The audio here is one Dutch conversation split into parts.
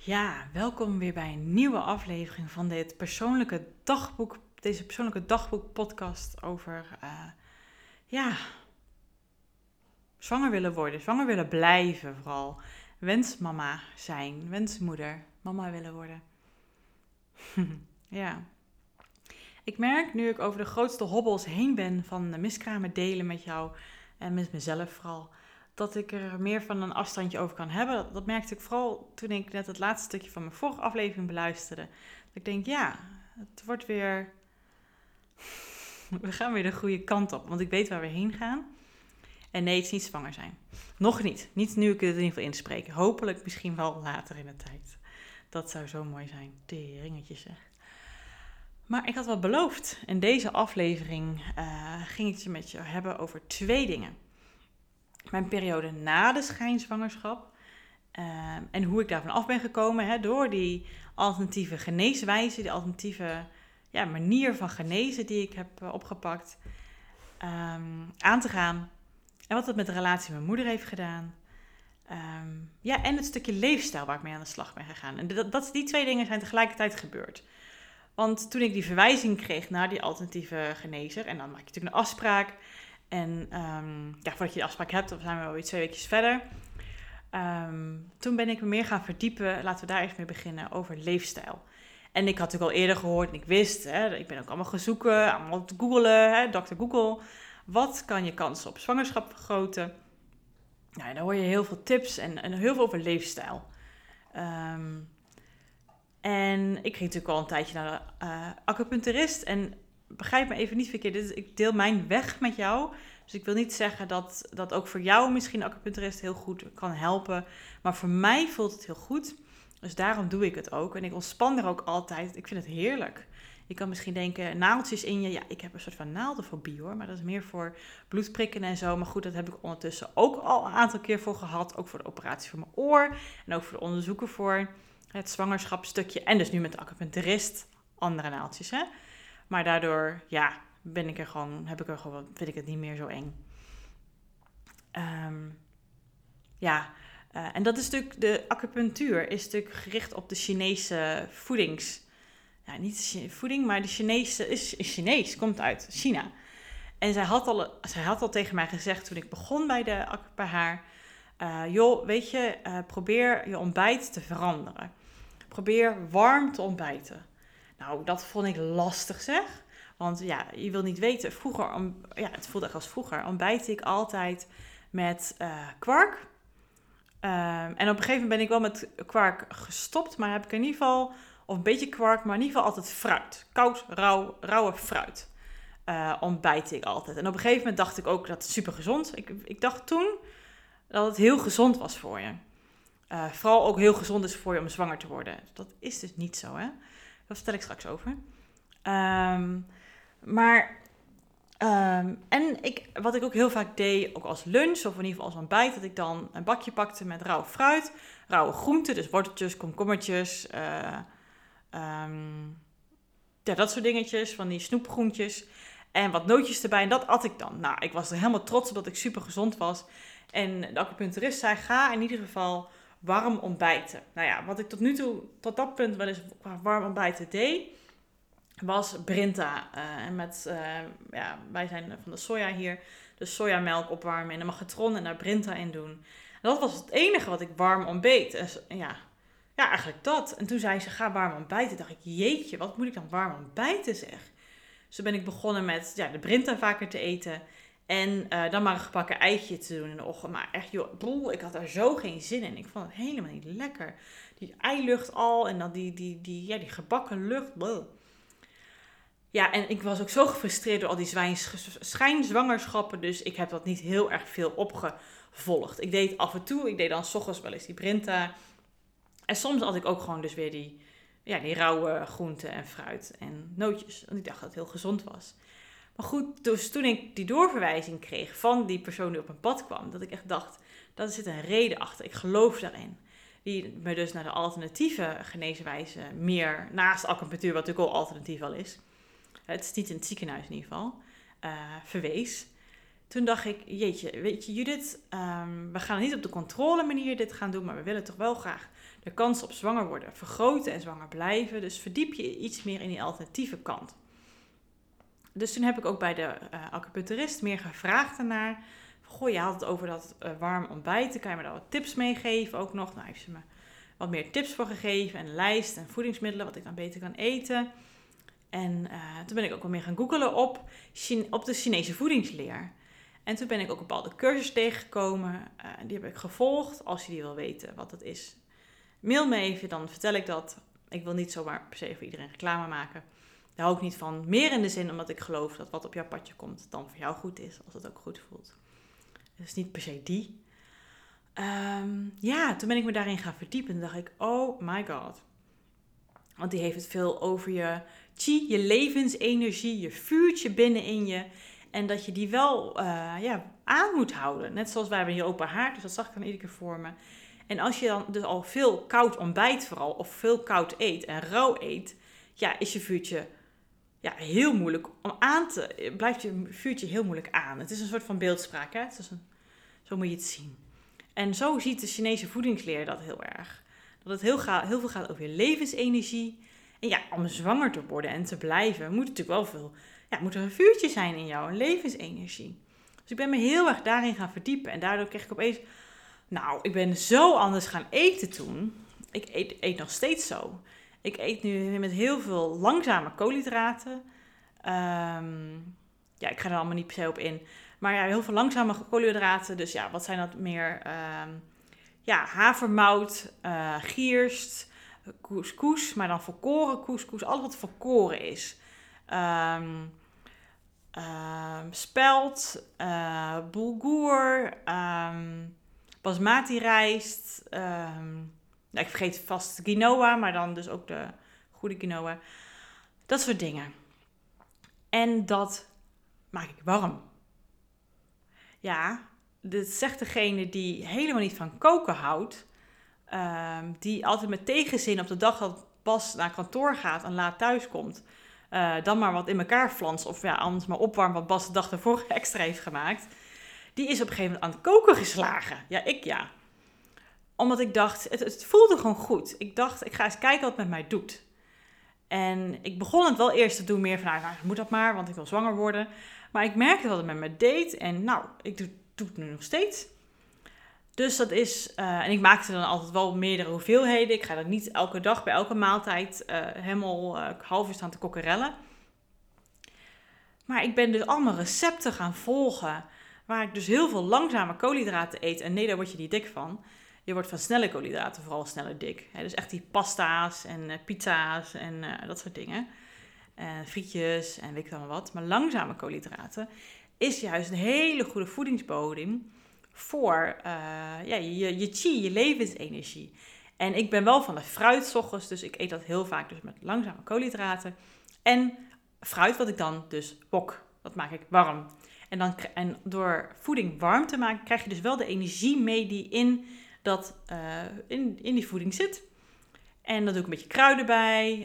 Ja, welkom weer bij een nieuwe aflevering van deze persoonlijke dagboek podcast over zwanger willen worden, zwanger willen blijven vooral. Wensmama zijn, wensmoeder, mama willen worden. Ja, ik merk nu ik over de grootste hobbels heen ben van de miskramen delen met jou en met mezelf vooral, dat ik er meer van een afstandje over kan hebben. Dat merkte ik vooral toen ik net het laatste stukje van mijn vorige aflevering beluisterde. Dat ik denk, ja, het wordt weer... We gaan weer de goede kant op, want ik weet waar we heen gaan. En nee, het is niet zwanger zijn. Nog niet. Niet nu ik het in ieder geval inspreek. Hopelijk misschien wel later in de tijd. Dat zou zo mooi zijn. Ringetjes zeg. Maar ik had wel beloofd. In deze aflevering ging ik het met je hebben over 2 dingen. Mijn periode na de schijnzwangerschap. En hoe ik daarvan af ben gekomen. Door die alternatieve geneeswijze. Die alternatieve manier van genezen die ik heb opgepakt. Aan te gaan. En wat dat met de relatie met mijn moeder heeft gedaan. En het stukje leefstijl waar ik mee aan de slag ben gegaan. En die 2 dingen zijn tegelijkertijd gebeurd. Want toen ik die verwijzing kreeg naar die alternatieve genezer. En dan maak je natuurlijk een afspraak. En voordat je de afspraak hebt, dan zijn we alweer 2 weekjes verder. Toen ben ik me meer gaan verdiepen. Laten we daar eens mee beginnen over leefstijl. En ik had natuurlijk al eerder gehoord en ik wist. Ik ben ook allemaal gaan zoeken. Allemaal te googlen. Dr. Google. Wat kan je kansen op zwangerschap vergroten? Nou, daar hoor je heel veel tips en heel veel over leefstijl. En ik ging natuurlijk al een tijdje naar de acupuncturist. En begrijp me even niet verkeerd, ik deel mijn weg met jou. Dus ik wil niet zeggen dat ook voor jou misschien een acupuncturist heel goed kan helpen. Maar voor mij voelt het heel goed. Dus daarom doe ik het ook. En ik ontspan er ook altijd. Ik vind het heerlijk. Je kan misschien denken, naaldjes in je. Ja, ik heb een soort van naaldenfobie hoor. Maar dat is meer voor bloedprikken en zo. Maar goed, dat heb ik ondertussen ook al een aantal keer voor gehad. Ook voor de operatie voor mijn oor. En ook voor de onderzoeken voor het zwangerschapsstukje. En dus nu met de acupuncturist. Andere naaldjes, hè. Maar daardoor, vind ik het niet meer zo eng. En dat is natuurlijk, de acupunctuur is natuurlijk gericht op de Chinese voedings... Ja, niet voeding, maar de Chinese is Chinees, komt uit China. En zij had al tegen mij gezegd toen ik begon bij haar... weet je, probeer je ontbijt te veranderen. Probeer warm te ontbijten. Nou, dat vond ik lastig zeg. Want ja, je wil niet weten, het voelde echt als vroeger, ontbijtte ik altijd met kwark. En op een gegeven moment ben ik wel met kwark gestopt, maar heb ik in ieder geval, of een beetje kwark, maar in ieder geval altijd fruit. Koud, rauwe fruit ontbijt ik altijd. En op een gegeven moment dacht ik ook, dat is super gezond. Ik dacht toen dat het heel gezond was voor je. Vooral ook heel gezond is voor je om zwanger te worden. Dat is dus niet zo, hè. Dat vertel ik straks over. Wat ik ook heel vaak deed, ook als lunch of in ieder geval als ontbijt, dat ik dan een bakje pakte met rauw fruit, rauwe groenten, dus worteltjes, komkommertjes, dat soort dingetjes, van die snoepgroentjes en wat nootjes erbij. En dat at ik dan. Nou, ik was er helemaal trots op dat ik super gezond was. En de acupuncturist zei, ga in ieder geval warm ontbijten. Nou ja, wat ik tot dat punt wel eens warm ontbijten deed, was Brinta. Wij zijn van de soja hier. Dus sojamelk opwarmen in een magnetron en daar Brinta in doen. En dat was het enige wat ik warm ontbeet. Dus, eigenlijk dat. En toen zei ze, ga warm ontbijten. Dacht ik, jeetje, wat moet ik dan warm ontbijten zeg. Dus toen ben ik begonnen met de Brinta vaker te eten. En dan maar een gebakken eitje te doen in de ochtend. Maar echt, ik had daar zo geen zin in. Ik vond het helemaal niet lekker. Die eilucht al en dan die gebakken lucht. Bleh. Ja, en ik was ook zo gefrustreerd door al die schijnzwangerschappen. Dus ik heb dat niet heel erg veel opgevolgd. Ik deed af en toe, ik deed dan 's ochtends wel eens die Brinta. En soms had ik ook gewoon dus weer die rauwe groenten en fruit en nootjes. Want ik dacht dat het heel gezond was. Maar goed, dus toen ik die doorverwijzing kreeg van die persoon die op mijn pad kwam, dat ik echt dacht, daar zit een reden achter. Ik geloof daarin. Die me dus naar de alternatieve geneeswijze meer, naast acupunctuur, wat natuurlijk al alternatief al is, het is niet in het ziekenhuis in ieder geval, verwees. Toen dacht ik, jeetje, weet je Judith, we gaan niet op de controle manier dit gaan doen, maar we willen toch wel graag de kans op zwanger worden vergroten en zwanger blijven. Dus verdiep je iets meer in die alternatieve kant. Dus toen heb ik ook bij de acupuncturist meer gevraagd daarnaar. Goh, je had het over dat warm ontbijten. Kan je me daar wat tips mee geven ook nog? Nou, heeft ze me wat meer tips voor gegeven. En een lijst en voedingsmiddelen wat ik dan beter kan eten. En toen ben ik ook wel meer gaan googlen op de Chinese voedingsleer. En toen ben ik ook een bepaalde cursus tegengekomen. Die heb ik gevolgd. Als je die wil weten wat dat is, mail me even. Dan vertel ik dat. Ik wil niet zomaar per se voor iedereen reclame maken. Daar hou ik niet van. Meer in de zin omdat ik geloof dat wat op jouw padje komt dan voor jou goed is. Als het ook goed voelt. Dus niet per se die. Toen ben ik me daarin gaan verdiepen. En dacht ik, oh my god. Want die heeft het veel over je chi, je levensenergie, je vuurtje binnenin je. En dat je die wel aan moet houden. Net zoals wij hebben hier open haard, dus dat zag ik dan iedere keer voor me. En als je dan dus al veel koud ontbijt vooral, of veel koud eet en rauw eet, ja, is je vuurtje heel moeilijk om aan te... Blijft je vuurtje heel moeilijk aan. Het is een soort van beeldspraak, hè? Zo moet je het zien. En zo ziet de Chinese voedingsleer dat heel erg. Dat het heel veel gaat over je levensenergie. En ja, om zwanger te worden en te blijven, moet natuurlijk wel veel... Ja, moet er een vuurtje zijn in jou, een levensenergie. Dus ik ben me heel erg daarin gaan verdiepen. En daardoor kreeg ik opeens... Nou, ik ben zo anders gaan eten toen. Ik eet nog steeds zo. Ik eet nu met heel veel langzame koolhydraten. Ik ga er allemaal niet per se op in. Maar ja, heel veel langzame koolhydraten. Dus ja, wat zijn dat meer? Havermout, gierst, couscous. Maar dan volkoren couscous. Alles wat volkoren is. Spelt, bulgur, basmati rijst. Ik vergeet vast quinoa, maar dan dus ook de goede quinoa. Dat soort dingen. En dat maak ik warm. Ja, dit zegt degene die helemaal niet van koken houdt. Die altijd met tegenzin op de dag dat Bas naar kantoor gaat en laat thuis komt. Dan maar wat in elkaar flanst. Of ja, anders maar opwarmt wat Bas de dag ervoor extra heeft gemaakt. Die is op een gegeven moment aan het koken geslagen. Ja. Omdat ik dacht, het voelde gewoon goed. Ik dacht, ik ga eens kijken wat het met mij doet. En ik begon het wel eerst te doen meer van, moet dat maar, want ik wil zwanger worden. Maar ik merkte wat het met me deed. En ik doe het nu nog steeds. Dus dat is, en ik maakte dan altijd wel meerdere hoeveelheden. Ik ga dan niet elke dag bij elke maaltijd helemaal half uur staan te kokkerellen. Maar ik ben dus allemaal recepten gaan volgen. Waar ik dus heel veel langzame koolhydraten eet. En nee, daar word je niet dik van. Je wordt van snelle koolhydraten vooral sneller dik. Dus echt die pasta's en pizza's en dat soort dingen. Frietjes en weet ik allemaal wat. Maar langzame koolhydraten is juist een hele goede voedingsbodem voor je chi, je levensenergie. En ik ben wel van de fruit 's ochtends, dus ik eet dat heel vaak dus met langzame koolhydraten. En fruit wat ik dan dus wok, dat maak ik warm. En door voeding warm te maken, krijg je dus wel de energie mee die in die voeding zit. En dan doe ik een beetje kruiden bij.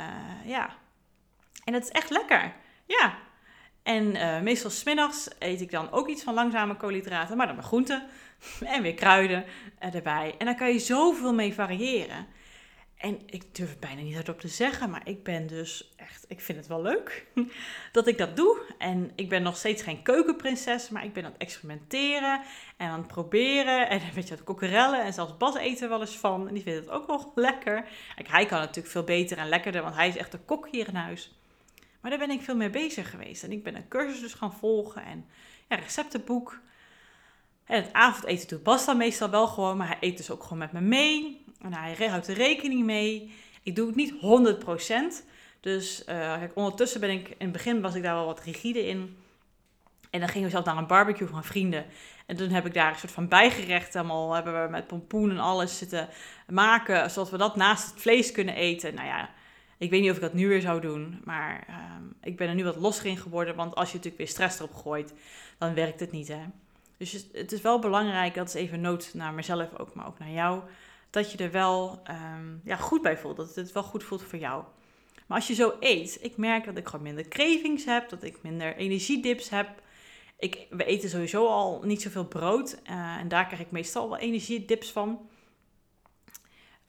En dat is echt lekker. Ja. En meestal 's middags eet ik dan ook iets van langzame koolhydraten, maar dan met groenten en weer kruiden erbij. En daar kan je zoveel mee variëren. En ik durf het bijna niet hardop te zeggen, maar ik ben dus echt, ik vind het wel leuk dat ik dat doe. En ik ben nog steeds geen keukenprinses, maar ik ben aan het experimenteren en aan het proberen. En een beetje aan het kokkerellen en zelfs Bas eet er wel eens van. En die vindt het ook wel lekker. Kijk, hij kan natuurlijk veel beter en lekkerder, want hij is echt de kok hier in huis. Maar daar ben ik veel mee bezig geweest. En ik ben een cursus dus gaan volgen en receptenboek. En het avondeten doet Bas dan meestal wel gewoon, maar hij eet dus ook gewoon met me mee. En hij houdt er rekening mee. Ik doe het niet 100%. Dus ondertussen in het begin was ik daar wel wat rigide in. En dan gingen we zelf naar een barbecue van vrienden. En toen heb ik daar een soort van bijgerecht. Allemaal hebben we met pompoen en alles zitten maken, zodat we dat naast het vlees kunnen eten. Nou ja, ik weet niet of ik dat nu weer zou doen. Maar ik ben er nu wat losser in geworden. Want als je natuurlijk weer stress erop gooit, dan werkt het niet, hè. Dus het is wel belangrijk, dat is even een noot naar mezelf ook, maar ook naar jou, dat je er wel goed bij voelt. Dat het wel goed voelt voor jou. Maar als je zo eet, ik merk dat ik gewoon minder cravings heb, dat ik minder energiedips heb. We eten sowieso al niet zoveel brood en daar krijg ik meestal wel energiedips van.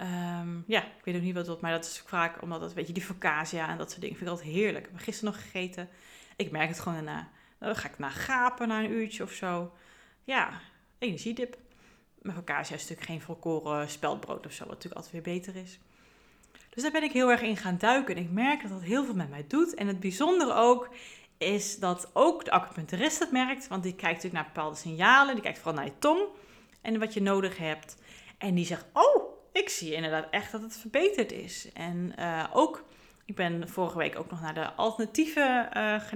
Ik weet ook niet wat dat, maar dat is vaak omdat dat, weet je, die focaccia en dat soort dingen vind ik altijd heerlijk. Ik heb gisteren nog gegeten. Ik merk het gewoon daarna. Dan ga ik na gapen na een uurtje of zo. Ja, energiedip. Maar focaccia is natuurlijk geen volkoren speldbrood of zo, wat natuurlijk altijd weer beter is. Dus daar ben ik heel erg in gaan duiken. En ik merk dat dat heel veel met mij doet. En het bijzondere ook is dat ook de acupuncturist het merkt. Want die kijkt natuurlijk naar bepaalde signalen. Die kijkt vooral naar je tong en wat je nodig hebt. En die zegt, oh, ik zie inderdaad echt dat het verbeterd is. En ik ben vorige week ook nog naar de alternatieve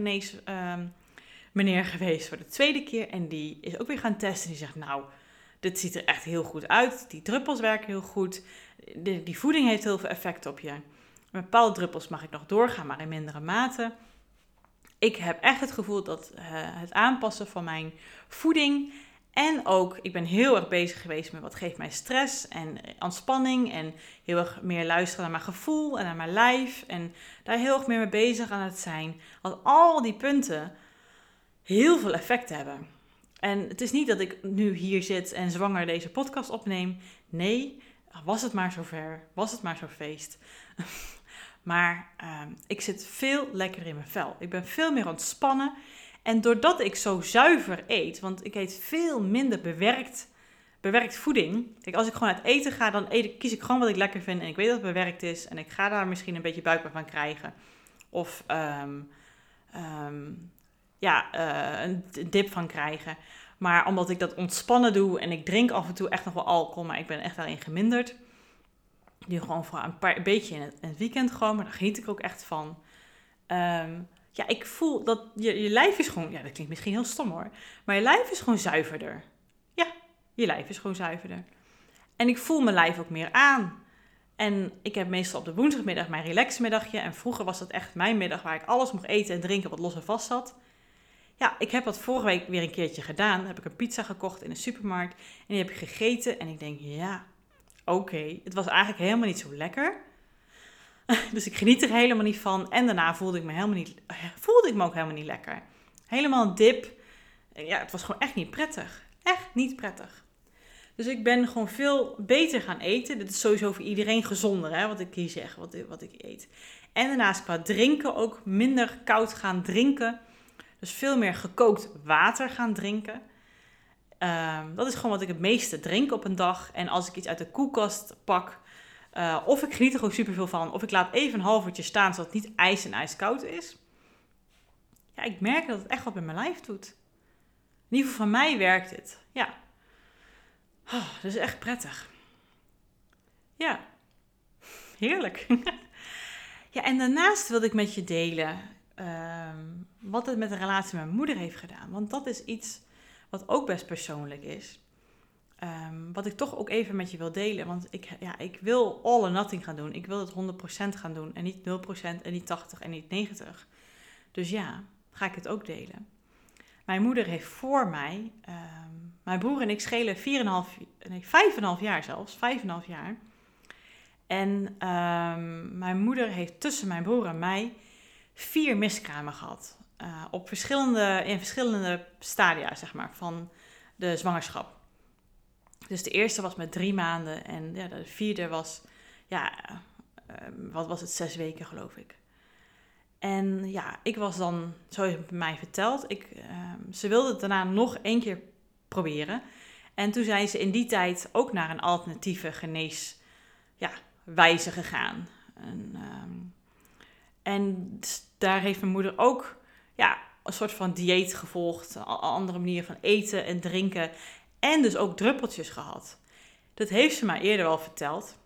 meneer geweest voor de tweede keer. En die is ook weer gaan testen. Die zegt, nou, dit ziet er echt heel goed uit. Die druppels werken heel goed. Die voeding heeft heel veel effect op je. Met bepaalde druppels mag ik nog doorgaan, maar in mindere mate. Ik heb echt het gevoel dat het aanpassen van mijn voeding en ook, ik ben heel erg bezig geweest met wat geeft mij stress en ontspanning en heel erg meer luisteren naar mijn gevoel en naar mijn lijf en daar heel erg meer mee bezig aan het zijn. Dat al die punten heel veel effect hebben. En het is niet dat ik nu hier zit en zwanger deze podcast opneem. Nee, was het maar zover, was het maar zo'n feest. Maar ik zit veel lekkerder in mijn vel. Ik ben veel meer ontspannen. En doordat ik zo zuiver eet, want ik eet veel minder bewerkt voeding. Kijk, als ik gewoon uit eten ga, dan kies ik gewoon wat ik lekker vind. En ik weet dat het bewerkt is. En ik ga daar misschien een beetje buikpijn van krijgen. Of een dip van krijgen. Maar omdat ik dat ontspannen doe en ik drink af en toe echt nog wel alcohol, maar ik ben echt daarin geminderd. Nu gewoon voor een beetje in het weekend gewoon, maar daar geniet ik ook echt van. Ik voel dat je lijf is gewoon, ja, dat klinkt misschien heel stom hoor, maar je lijf is gewoon zuiverder. Ja, je lijf is gewoon zuiverder. En ik voel mijn lijf ook meer aan. En ik heb meestal op de woensdagmiddag mijn relaxmiddagje. En vroeger was dat echt mijn middag waar ik alles mocht eten en drinken wat los en vast zat. Ja, ik heb dat vorige week weer een keertje gedaan. Dan heb ik een pizza gekocht in de supermarkt. En die heb ik gegeten. En ik denk, ja, oké. Het was eigenlijk helemaal niet zo lekker. Dus ik geniet er helemaal niet van. En daarna voelde ik me ook helemaal niet lekker. Helemaal een dip. Ja, het was gewoon echt niet prettig. Echt niet prettig. Dus ik ben gewoon veel beter gaan eten. Dit is sowieso voor iedereen gezonder, hè, wat ik hier zeg, wat ik eet. En daarnaast qua drinken ook minder koud gaan drinken. Dus veel meer gekookt water gaan drinken. Dat is gewoon wat ik het meeste drink op een dag. En als ik iets uit de koelkast pak, of ik geniet er gewoon superveel van, of ik laat even een half uurtje staan, zodat het niet ijs en ijskoud is. Ja, ik merk dat het echt wat met mijn lijf doet. In ieder geval van mij werkt het. Ja. Oh, dat is echt prettig. Ja. Heerlijk. Ja, en daarnaast wilde ik met je delen wat het met de relatie met mijn moeder heeft gedaan. Want dat is iets wat ook best persoonlijk is. Wat ik toch ook even met je wil delen. Want ik wil all or nothing gaan doen. Ik wil het 100% gaan doen. En niet 0% en niet 80 en niet 90. Dus ja, ga ik het ook delen. Mijn moeder heeft voor mij... mijn broer en ik schelen 5,5 jaar zelfs. 5,5 jaar. En mijn moeder heeft tussen mijn broer en mij 4 miskramen gehad. In verschillende stadia, zeg maar, van de zwangerschap. Dus de eerste was met 3 maanden. En ja, de 4e was, wat was het, 6 weken geloof ik. En ja, ik was dan, zo is het mij verteld, ze wilde het daarna nog 1 keer proberen. En toen zijn ze in die tijd ook naar een alternatieve geneeswijze gegaan. En daar heeft mijn moeder ook een soort van dieet gevolgd. Een andere manier van eten en drinken. En dus ook druppeltjes gehad. Dat heeft ze mij eerder al verteld.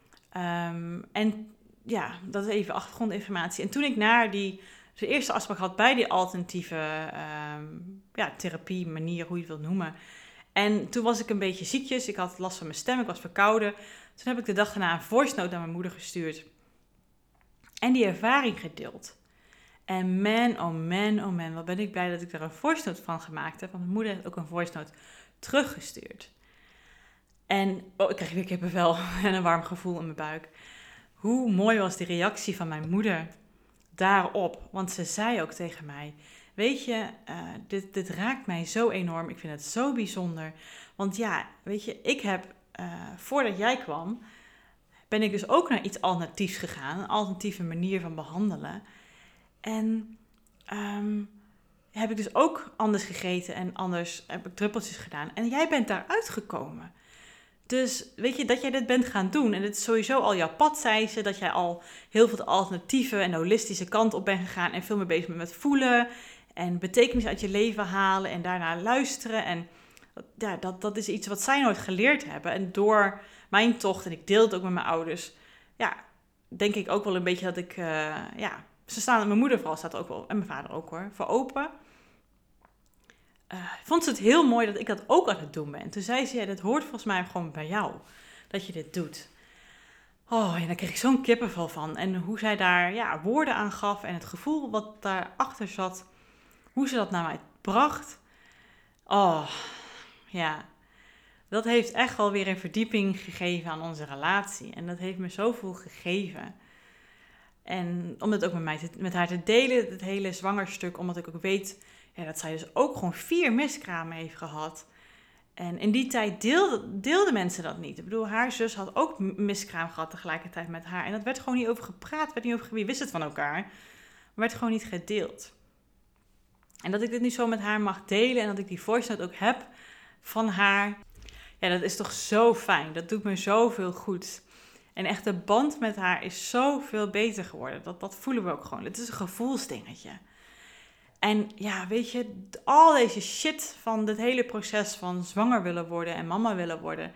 En ja, dat is even achtergrondinformatie. En toen ik naar de eerste afspraak had bij die alternatieve therapie, manier, hoe je het wilt noemen. En toen was ik een beetje ziekjes. Ik had last van mijn stem, ik was verkouden. Toen heb ik de dag daarna een voice note naar mijn moeder gestuurd. En die ervaring gedeeld. En man, oh man, wat ben ik blij dat ik daar een voice note van gemaakt heb. Want mijn moeder heeft ook een voice note teruggestuurd. En ik kreeg weer kippenvel en een warm gevoel in mijn buik. Hoe mooi was die reactie van mijn moeder daarop. Want ze zei ook tegen mij, weet je, dit raakt mij zo enorm. Ik vind het zo bijzonder. Want ja, weet je, ik heb, voordat jij kwam, ben ik dus ook naar iets alternatiefs gegaan. Een alternatieve manier van behandelen. En heb ik dus ook anders gegeten en anders heb ik druppeltjes gedaan. En jij bent daaruit gekomen. Dus weet je, dat jij dit bent gaan doen. En het is sowieso al jouw pad, zei ze. Dat jij al heel veel de alternatieve en holistische kant op bent gegaan. En veel meer bezig bent met voelen. En betekenis uit je leven halen. En daarna luisteren. En ja, dat is iets wat zij nooit geleerd hebben. En door mijn tocht, en ik deel het ook met mijn ouders. Ja, denk ik ook wel een beetje dat ik... ze staan, mijn moeder vooral staat er ook wel. En mijn vader ook hoor. Voor open. Vond ze het heel mooi dat ik dat ook aan het doen ben. Toen zei ze, ja, dat hoort volgens mij gewoon bij jou. Dat je dit doet. Oh, en daar kreeg ik zo'n kippenvel van. En hoe zij daar woorden aan gaf. En het gevoel wat daarachter zat. Hoe ze dat naar mij bracht. Oh, ja. Dat heeft echt wel weer een verdieping gegeven aan onze relatie. En dat heeft me zoveel gegeven. En om het ook met haar te delen, het hele zwangerstuk. Omdat ik ook weet dat zij dus ook gewoon 4 miskramen heeft gehad. En in die tijd deelden mensen dat niet. Ik bedoel, haar zus had ook miskraam gehad tegelijkertijd met haar. En dat werd gewoon niet over gepraat. Wie wist het van elkaar. Maar werd gewoon niet gedeeld. En dat ik dit nu zo met haar mag delen. En dat ik die voice note ook heb van haar. Ja, dat is toch zo fijn. Dat doet me zoveel goed. En echt de band met haar is zoveel beter geworden. Dat voelen we ook gewoon. Het is een gevoelsdingetje. En ja, weet je, al deze shit van dit hele proces van zwanger willen worden en mama willen worden.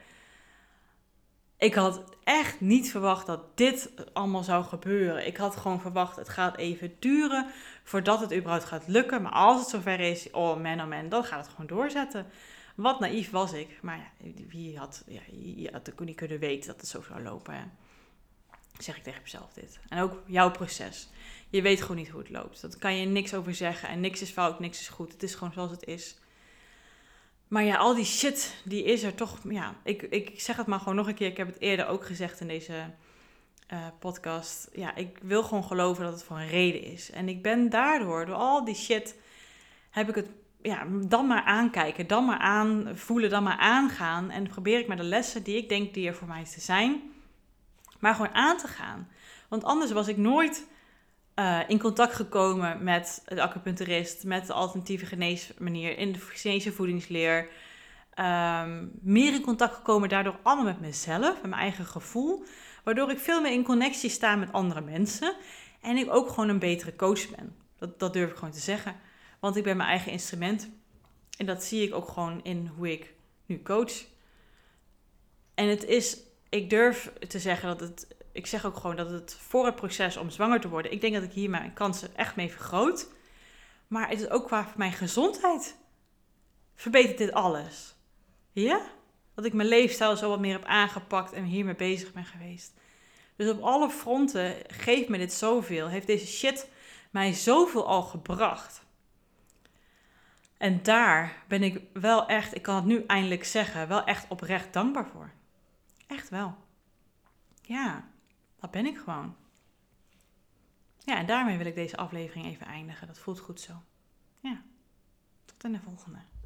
Ik had echt niet verwacht dat dit allemaal zou gebeuren. Ik had gewoon verwacht, het gaat even duren voordat het überhaupt gaat lukken. Maar als het zover is, oh man, dan gaat het gewoon doorzetten. Wat naïef was ik. Maar ja, wie had niet kunnen weten dat het zo zou lopen. Hè? Zeg ik tegen mezelf dit. En ook jouw proces. Je weet gewoon niet hoe het loopt. Daar kan je niks over zeggen. En niks is fout, niks is goed. Het is gewoon zoals het is. Maar ja, al die shit, die is er toch... Ja, ik zeg het maar gewoon nog een keer. Ik heb het eerder ook gezegd in deze podcast. Ja, ik wil gewoon geloven dat het voor een reden is. En ik ben daardoor, door al die shit, heb ik het... Ja, dan maar aankijken, dan maar aanvoelen, dan maar aangaan. En probeer ik met de lessen die ik denk die er voor mij te zijn, maar gewoon aan te gaan. Want anders was ik nooit in contact gekomen met de acupuncturist, met de alternatieve geneesmanier, in de Chinese voedingsleer. Meer in contact gekomen daardoor allemaal met mezelf, met mijn eigen gevoel. Waardoor ik veel meer in connectie sta met andere mensen. En ik ook gewoon een betere coach ben. Dat durf ik gewoon te zeggen. Want ik ben mijn eigen instrument. En dat zie ik ook gewoon in hoe ik nu coach. En het is, ik durf te zeggen dat het, ik zeg ook gewoon dat het voor het proces om zwanger te worden, ik denk dat ik hier mijn kansen echt mee vergroot. Maar het is ook qua mijn gezondheid. Verbetert dit alles. Ja? Dat ik mijn leefstijl zo wat meer heb aangepakt en hiermee bezig ben geweest. Dus op alle fronten geeft me dit zoveel. Heeft deze shit mij zoveel al gebracht. En daar ben ik wel echt, ik kan het nu eindelijk zeggen, wel echt oprecht dankbaar voor. Echt wel. Ja, dat ben ik gewoon. Ja, en daarmee wil ik deze aflevering even eindigen. Dat voelt goed zo. Ja, tot in de volgende.